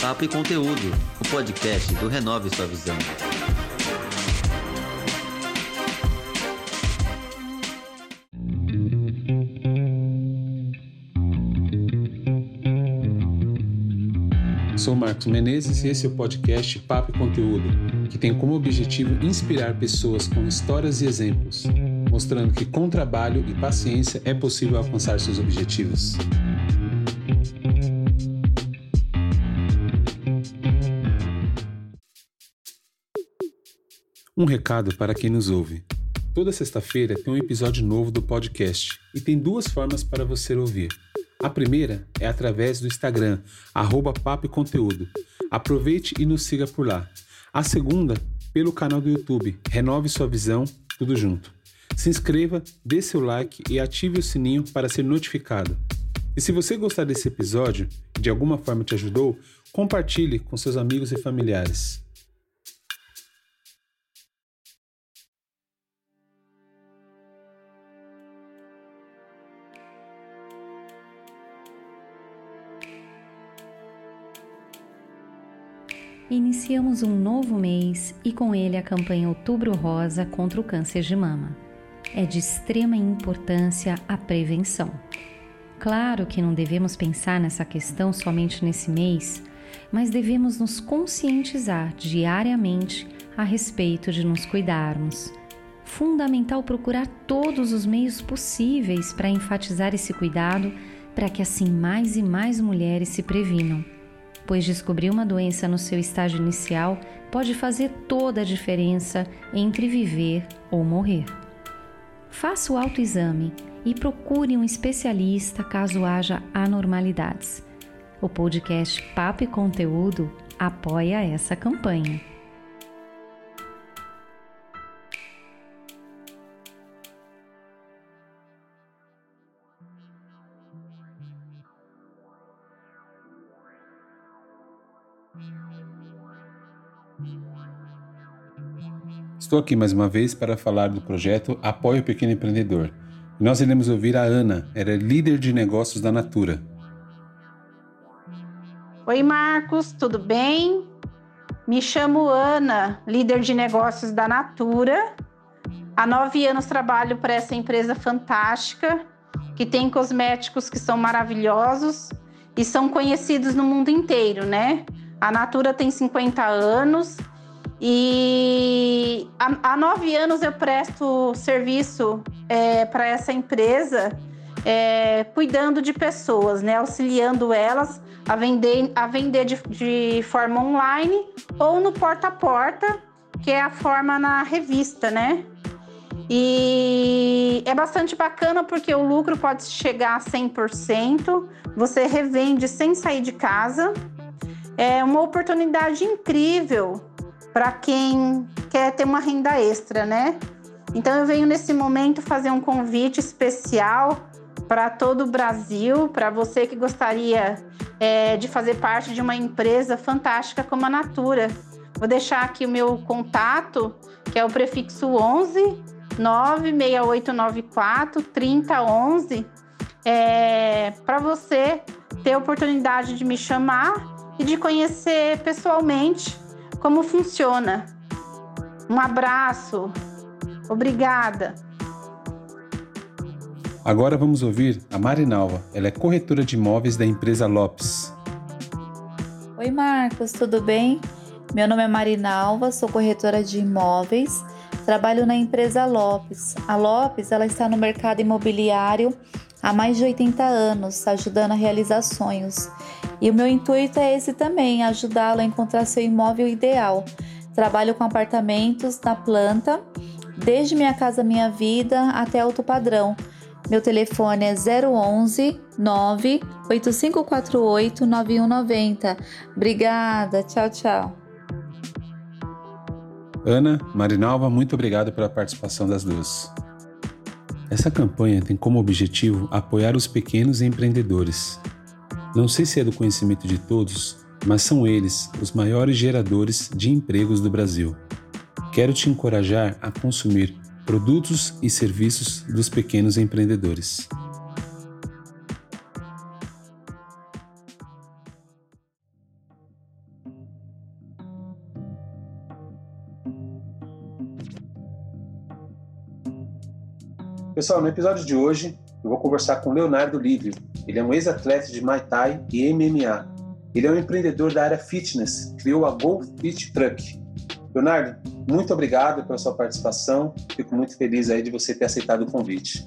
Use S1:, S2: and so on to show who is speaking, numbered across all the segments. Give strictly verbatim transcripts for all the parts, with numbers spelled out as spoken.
S1: Papo e Conteúdo, o podcast do Renove Sua Visão.
S2: Sou Marcos Menezes e esse é o podcast Papo e Conteúdo, que tem como objetivo inspirar pessoas com histórias e exemplos, mostrando que com trabalho e paciência é possível alcançar seus objetivos. Um recado para quem nos ouve. Toda sexta-feira tem um episódio novo do podcast e tem duas formas para você ouvir. A primeira é através do Instagram, arroba Papo e Conteúdo. Aproveite e nos siga por lá. A segunda, pelo canal do YouTube, Renove Sua Visão, tudo junto. Se inscreva, dê seu like e ative o sininho para ser notificado. E se você gostar desse episódio e de alguma forma te ajudou, compartilhe com seus amigos e familiares.
S3: Iniciamos um novo mês e com ele a campanha Outubro Rosa contra o câncer de mama. É de extrema importância a prevenção. Claro que não devemos pensar nessa questão somente nesse mês, mas devemos nos conscientizar diariamente a respeito de nos cuidarmos. Fundamental procurar todos os meios possíveis para enfatizar esse cuidado, para que assim mais e mais mulheres se previnam. Pois descobrir uma doença no seu estágio inicial pode fazer toda a diferença entre viver ou morrer. Faça o autoexame e procure um especialista caso haja anormalidades. O podcast Papo e Conteúdo apoia essa campanha.
S2: Estou aqui mais uma vez para falar do projeto Apoie o Pequeno Empreendedor. E nós iremos ouvir a Ana, ela é líder de negócios da Natura.
S4: Oi Marcos, tudo bem? Me chamo Ana, líder de negócios da Natura. Há nove anos trabalho para essa empresa fantástica, que tem cosméticos que são maravilhosos e são conhecidos no mundo inteiro, né? A Natura tem cinquenta anos e há, há nove anos eu presto serviço é, para essa empresa, é, cuidando de pessoas, né? Auxiliando elas a vender, a vender de, de forma online ou no porta a porta, que é a forma na revista, né? E é bastante bacana porque o lucro pode chegar a cem por cento, você revende sem sair de casa. É uma oportunidade incrível para quem quer ter uma renda extra, né? Então eu venho nesse momento fazer um convite especial para todo o Brasil, para você que gostaria é, de fazer parte de uma empresa fantástica como a Natura. Vou deixar aqui o meu contato, que é o prefixo onze nove seis oito nove quatro três zero um um, é, para você ter a oportunidade de me chamar e de conhecer pessoalmente como funciona. Um abraço. Obrigada.
S2: Agora vamos ouvir a Marinalva. Ela é corretora de imóveis da empresa Lopes.
S5: Oi Marcos, tudo bem? Meu nome é Marinalva, sou corretora de imóveis. Trabalho na empresa Lopes. A Lopes ela está no mercado imobiliário há mais de oitenta anos, ajudando a realizar sonhos. E o meu intuito é esse também, ajudá-lo a encontrar seu imóvel ideal. Trabalho com apartamentos na planta, desde Minha Casa Minha Vida até alto padrão. Meu telefone é zero onze nove oito cinco quatro oito nove um nove zero. Obrigada, tchau, tchau.
S2: Ana, Marinalva, muito obrigado pela participação das duas. Essa campanha tem como objetivo apoiar os pequenos empreendedores. Não sei se é do conhecimento de todos, mas são eles os maiores geradores de empregos do Brasil. Quero te encorajar a consumir produtos e serviços dos pequenos empreendedores. Pessoal, no episódio de hoje, eu vou conversar com o Leonardo Lívio. Ele é um ex-atleta de Muay Thai e M M A. Ele é um empreendedor da área fitness, criou a Go Fit Truck. Leonardo, muito obrigado pela sua participação. Fico muito feliz aí de você ter aceitado o convite.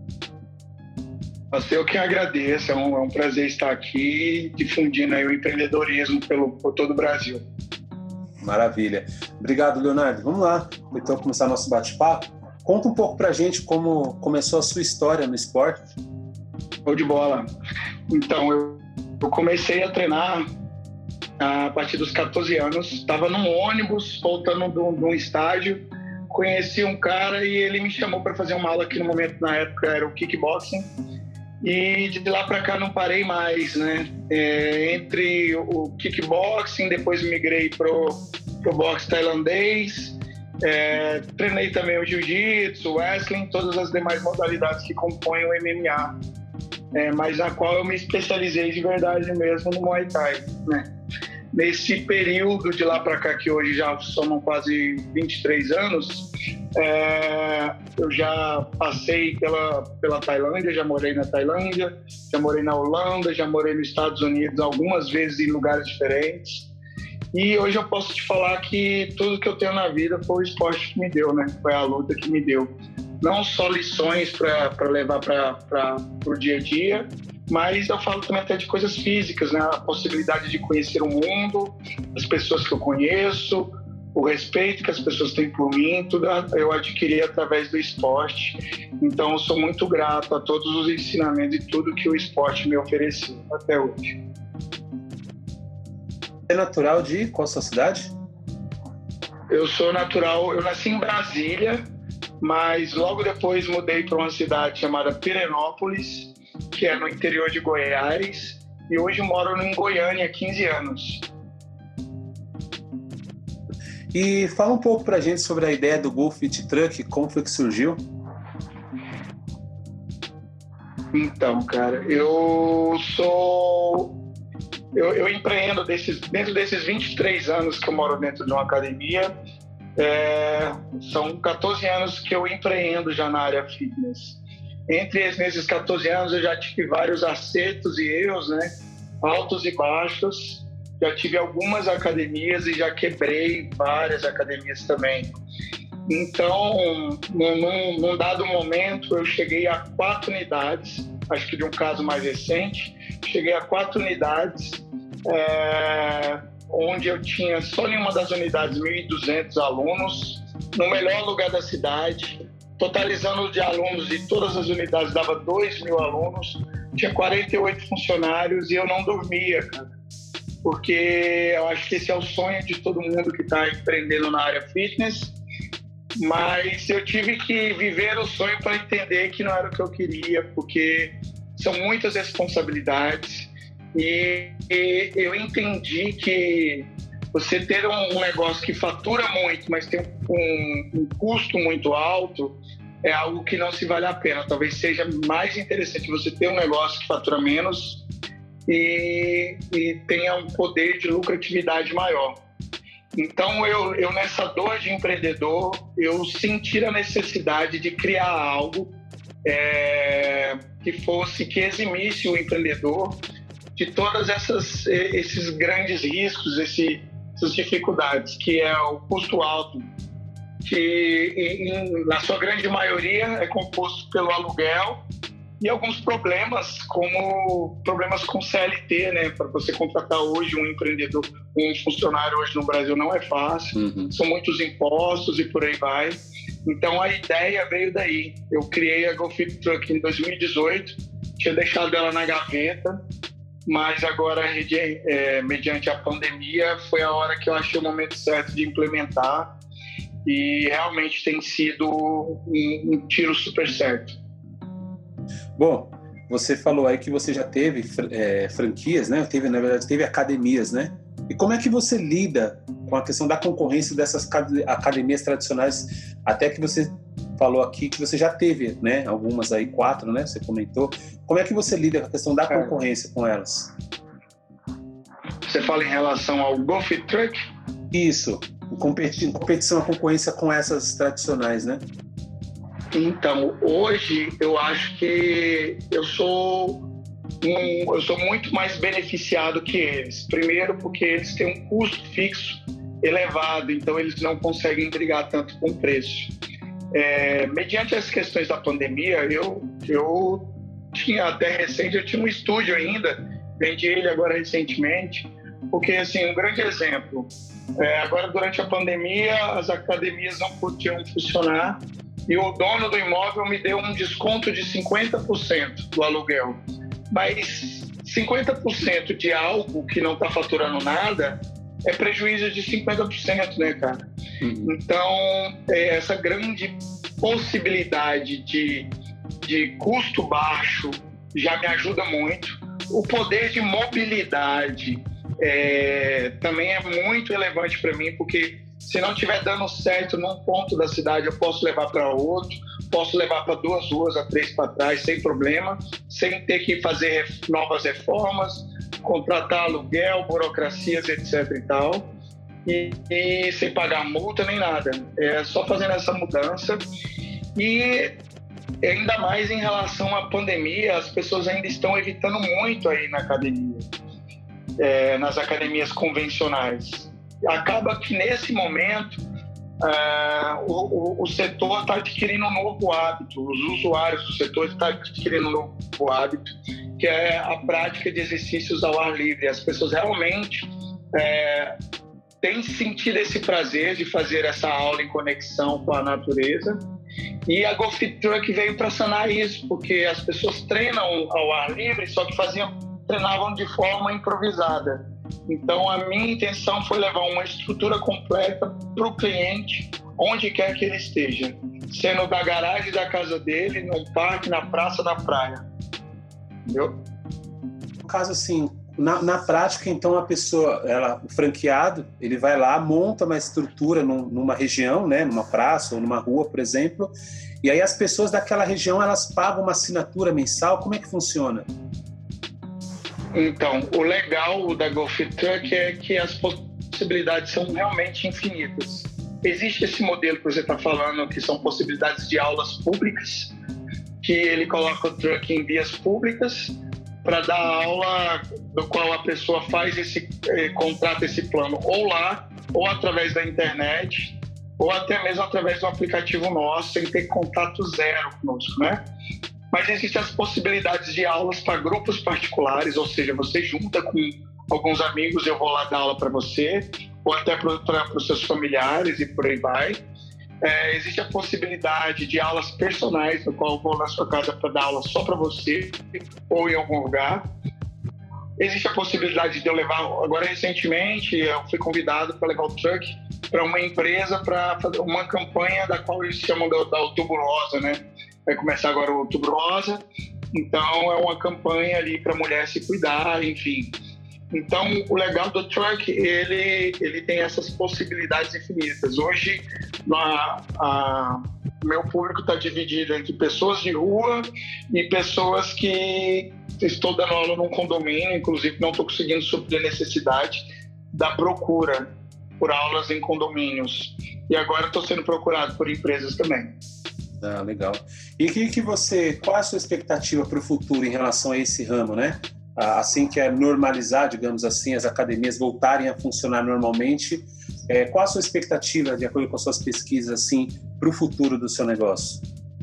S6: Eu que agradeço, é um, é um prazer estar aqui difundindo aí o empreendedorismo pelo, por todo o Brasil.
S2: Maravilha. Obrigado, Leonardo. Vamos lá, então começar nosso bate-papo. Conta um pouco pra gente como começou a sua história no esporte.
S6: Show de bola. Então, eu, eu comecei a treinar a partir dos catorze anos. Estava num ônibus, voltando de um estágio. Conheci um cara e ele me chamou para fazer uma aula que no momento, na época, era o kickboxing. E de lá para cá não parei mais, né? É, entre o kickboxing, depois migrei pro, pro boxe tailandês, é, treinei também o jiu-jitsu, o wrestling, todas as demais modalidades que compõem o M M A, é, mas na qual eu me especializei de verdade mesmo no Muay Thai, né? Nesse período de lá para cá, que hoje já somam quase vinte e três anos, é, eu já passei pela, pela Tailândia, já morei na Tailândia, já morei na Holanda, já morei nos Estados Unidos algumas vezes em lugares diferentes. E hoje eu posso te falar que tudo que eu tenho na vida foi o esporte que me deu, né? Foi a luta que me deu. Não só lições para levar para o dia a dia, mas eu falo também até de coisas físicas, né? A possibilidade de conhecer o mundo, as pessoas que eu conheço, o respeito que as pessoas têm por mim, tudo eu adquiri através do esporte. Então, eu sou muito grato a todos os ensinamentos e tudo que o esporte me ofereceu até hoje.
S2: É natural de qual sua cidade?
S6: Eu sou natural, eu nasci em Brasília, mas logo depois mudei para uma cidade chamada Pirenópolis, que é no interior de Goiás, e hoje moro em Goiânia há quinze anos.
S2: E fala um pouco pra gente sobre a ideia do Go Fit Truck, como foi que surgiu?
S6: Então, cara, eu sou... Eu, eu empreendo desses, dentro desses vinte e três anos que eu moro dentro de uma academia, é, são catorze anos que eu empreendo já na área fitness. Entre esses catorze anos eu já tive vários acertos e erros, né? Altos e baixos. Já tive algumas academias e já quebrei várias academias também. Então, num, num dado momento, eu cheguei a quatro unidades, acho que de um caso mais recente, cheguei a quatro unidades, é, onde eu tinha só em uma das unidades mil e duzentos alunos, no melhor lugar da cidade, totalizando de alunos de todas as unidades, dava dois mil alunos, tinha quarenta e oito funcionários e eu não dormia, cara. Porque eu acho que esse é o sonho de todo mundo que está empreendendo na área fitness, mas eu tive que viver o sonho para entender que não era o que eu queria, porque são muitas responsabilidades e, e eu entendi que você ter um negócio que fatura muito, mas tem um, um custo muito alto, é algo que não se vale a pena. Talvez seja mais interessante você ter um negócio que fatura menos e, e tenha um poder de lucratividade maior. Então, eu, eu nessa dor de empreendedor, eu senti a necessidade de criar algo é, que fosse, que eximisse o empreendedor de todas essas esses grandes riscos, esse, essas dificuldades, que é o custo alto, que em, na sua grande maioria é composto pelo aluguel e alguns problemas, como problemas com C L T, né? Para você contratar hoje um empreendedor, um funcionário hoje no Brasil não é fácil, uhum. São muitos impostos e por aí vai. Então a ideia veio daí. Eu criei a Go Fit Truck em dois mil e dezoito, tinha deixado ela na gaveta, mas agora, é, mediante a pandemia, foi a hora que eu achei o momento certo de implementar e realmente tem sido um, um tiro super certo.
S2: Bom, você falou aí que você já teve é, franquias, né? Teve, na verdade, teve academias, né? E como é que você lida com a questão da concorrência dessas academias tradicionais? Até que você falou aqui que você já teve, né? Algumas aí, quatro, né? Você comentou. Como é que você lida com a questão da concorrência com elas?
S6: Você fala em relação ao Go Fit Truck?
S2: Isso. Competi- competição, a concorrência com essas tradicionais, né?
S6: Então, hoje eu acho que eu sou, um, eu sou muito mais beneficiado que eles. Primeiro porque eles têm um custo fixo elevado, então eles não conseguem brigar tanto com o preço. É, mediante as questões da pandemia, eu, eu tinha até recente, eu tinha um estúdio ainda, vendi ele agora recentemente, porque assim, um grande exemplo, é, agora durante a pandemia as academias não podiam funcionar e o dono do imóvel me deu um desconto de cinquenta por cento do aluguel, mas cinquenta por cento de algo que não está faturando nada é prejuízo de cinquenta por cento, né, cara? Uhum. Então, é, essa grande possibilidade de, de custo baixo já me ajuda muito. O poder de mobilidade é, também é muito relevante para mim, porque se não estiver dando certo num ponto da cidade, eu posso levar para outro, posso levar para duas ruas, a três para trás, sem problema, sem ter que fazer novas reformas, contratar aluguel, burocracias, etc e tal, e, e sem pagar multa nem nada. É só fazendo essa mudança. E ainda mais em relação à pandemia, as pessoas ainda estão evitando muito aí na academia, é, nas academias convencionais. Acaba que nesse momento uh, o, o, o setor está adquirindo um novo hábito, os usuários do setor estão adquirindo um novo hábito, que é a prática de exercícios ao ar livre. As pessoas realmente é, têm sentido esse prazer de fazer essa aula em conexão com a natureza, e a Go Fit Truck veio para sanar isso, porque as pessoas treinam ao ar livre, só que faziam, treinavam de forma improvisada. Então, a minha intenção foi levar uma estrutura completa para o cliente, onde quer que ele esteja, sendo da garagem da casa dele, no parque, na praça, na praia. Entendeu?
S2: No caso, assim, na, na prática, então, a pessoa, ela, o franqueado, ele vai lá, monta uma estrutura num, numa região, né, numa praça ou numa rua, por exemplo, e aí as pessoas daquela região, elas pagam uma assinatura mensal. Como é que funciona?
S6: Então, o legal da Go Fit Truck é que as possibilidades são realmente infinitas. Existe esse modelo que você está falando, que são possibilidades de aulas públicas, que ele coloca o truck em vias públicas para dar aula, do qual a pessoa faz esse, eh, contrata esse plano ou lá, ou através da internet, ou até mesmo através do aplicativo nosso, sem ter contato zero conosco, né? Mas existem as possibilidades de aulas para grupos particulares, ou seja, você junta com alguns amigos, eu vou lá dar aula para você, ou até para os seus familiares e por aí vai. É, existe a possibilidade de aulas personais, no qual eu vou na sua casa para dar aula só para você, ou em algum lugar. Existe a possibilidade de eu levar, agora recentemente, eu fui convidado para levar o truck para uma empresa para fazer uma campanha da qual eles chamam da, da Outubro Rosa, né? Vai começar agora o Outubro Rosa, então é uma campanha ali para a mulher se cuidar, enfim. Então, o legal do truck, ele, ele tem essas possibilidades infinitas. Hoje, na, a, meu público está dividido entre pessoas de rua e pessoas que estou dando aula num condomínio, inclusive não estou conseguindo suprir a necessidade da procura por aulas em condomínios. E agora estou sendo procurado por empresas também.
S2: Ah, legal. E que, que você, qual é a sua expectativa para o futuro em relação a esse ramo, né? Assim que é normalizar, digamos assim, as academias voltarem a funcionar normalmente, é, qual a sua expectativa, de acordo com as suas pesquisas, assim, para o futuro do seu negócio?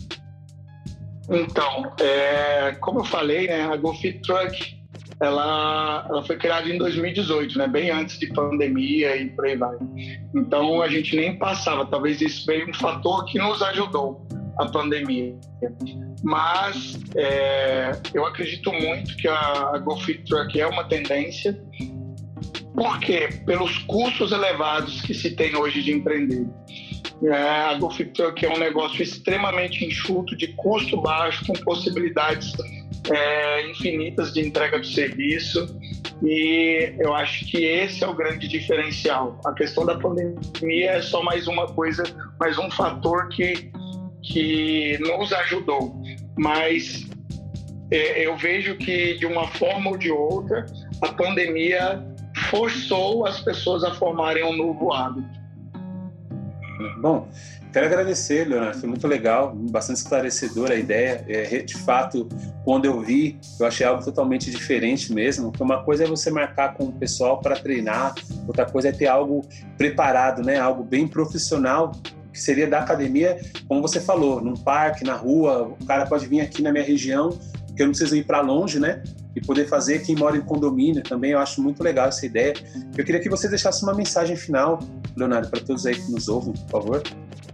S6: Então, é, como eu falei, né, a Go Fit Truck, ela, ela foi criada em dois mil e dezoito, né, bem antes de pandemia e por aí vai. Então, a gente nem passava, talvez isso veio um fator que nos ajudou, a pandemia. Mas é, eu acredito muito que a, a Go Fit Truck é uma tendência. Por quê? Pelos custos elevados que se tem hoje de empreender. É, a Go Fit Truck é um negócio extremamente enxuto, de custo baixo, com possibilidades é, infinitas de entrega do serviço. E eu acho que esse é o grande diferencial. A questão da pandemia é só mais uma coisa, mais um fator que que nos ajudou, mas é, eu vejo que de uma forma ou de outra a pandemia forçou as pessoas a formarem um novo hábito.
S2: Bom, quero agradecer, Leonardo, foi muito legal, bastante esclarecedora a ideia. É, de fato, quando eu vi, eu achei algo totalmente diferente mesmo, porque uma coisa é você marcar com o pessoal para treinar, outra coisa é ter algo preparado, né? Algo bem profissional, que seria da academia, como você falou, num parque, na rua, o cara pode vir aqui na minha região, porque eu não preciso ir para longe, né? E poder fazer, quem mora em condomínio também, eu acho muito legal essa ideia. Eu queria que você deixasse uma mensagem final, Leonardo, para todos aí que nos ouvem, por favor.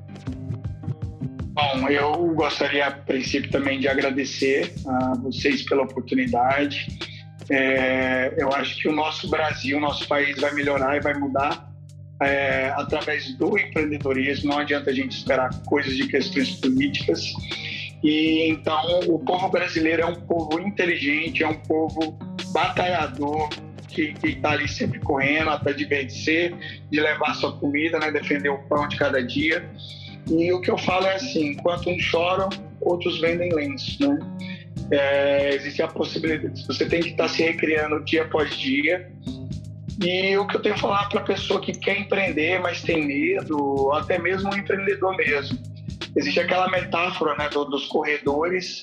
S6: Bom, eu gostaria, a princípio, também de agradecer a vocês pela oportunidade. É, eu acho que o nosso Brasil, o nosso país vai melhorar e vai mudar é, através do empreendedorismo. Não adianta a gente esperar coisas de questões políticas. E então o povo brasileiro é um povo inteligente, é um povo batalhador, que está ali sempre correndo atrás de vencer, de levar sua comida, né, defender o pão de cada dia. E o que eu falo é assim, enquanto uns choram, outros vendem lenço, né? É, existe a possibilidade, você tem que estar se recriando dia após dia. E o que eu tenho a falar para a pessoa que quer empreender, mas tem medo, até mesmo um empreendedor mesmo, existe aquela metáfora, né, do, dos corredores,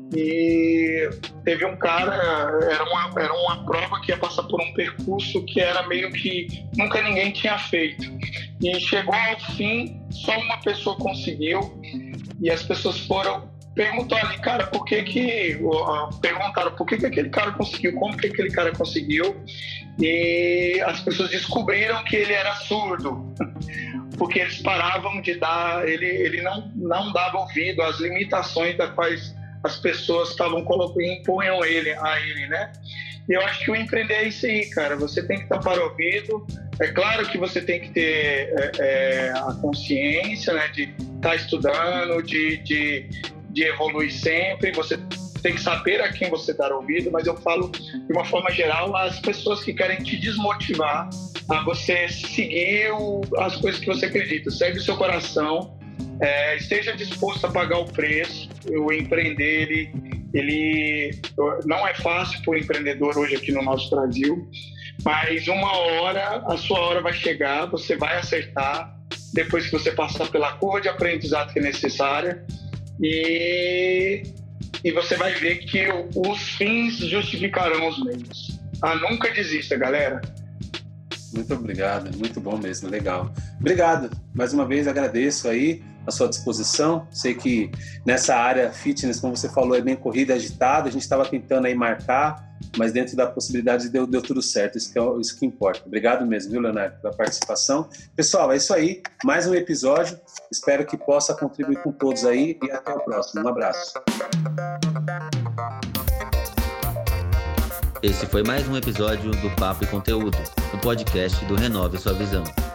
S6: e teve um cara, era uma, era uma prova que ia passar por um percurso que era meio que nunca ninguém tinha feito. E chegou ao fim, só uma pessoa conseguiu, e as pessoas foram perguntar ali, cara, por que que... Perguntaram por que que aquele cara conseguiu, como que aquele cara conseguiu, e as pessoas descobriram que ele era surdo. Porque eles paravam de dar, ele, ele não, não dava ouvido às limitações das quais as pessoas estavam colocando, impunham ele, a ele, né? E eu acho que o empreender é isso aí, cara. Você tem que tapar o ouvido. É claro que você tem que ter é, é, a consciência, né, de estar estudando, de, de, de evoluir sempre. Você tem que saber a quem você dar ouvido, mas eu falo de uma forma geral às pessoas que querem te desmotivar a você seguir o, as coisas que você acredita. Segue o seu coração, é, esteja disposto a pagar o preço. O empreender, ele, ele não é fácil para o empreendedor hoje aqui no nosso Brasil, mas uma hora, a sua hora vai chegar, você vai acertar, depois que você passar pela curva de aprendizado que é necessária, e, e você vai ver que os fins justificarão os meios. Ah, nunca desista, galera.
S2: Muito obrigado, muito bom mesmo, legal. Obrigado, mais uma vez agradeço aí a sua disposição. Sei que nessa área fitness, como você falou, é bem corrida, agitada, a gente estava tentando aí marcar, mas dentro da possibilidade deu, deu tudo certo, isso que, é, isso que importa. Obrigado mesmo, viu, Leonardo, pela participação. Pessoal, é isso aí, mais um episódio, espero que possa contribuir com todos aí e até o próximo. Um abraço.
S1: Esse foi mais um episódio do Papo e Conteúdo, o podcast do Renove Sua Visão.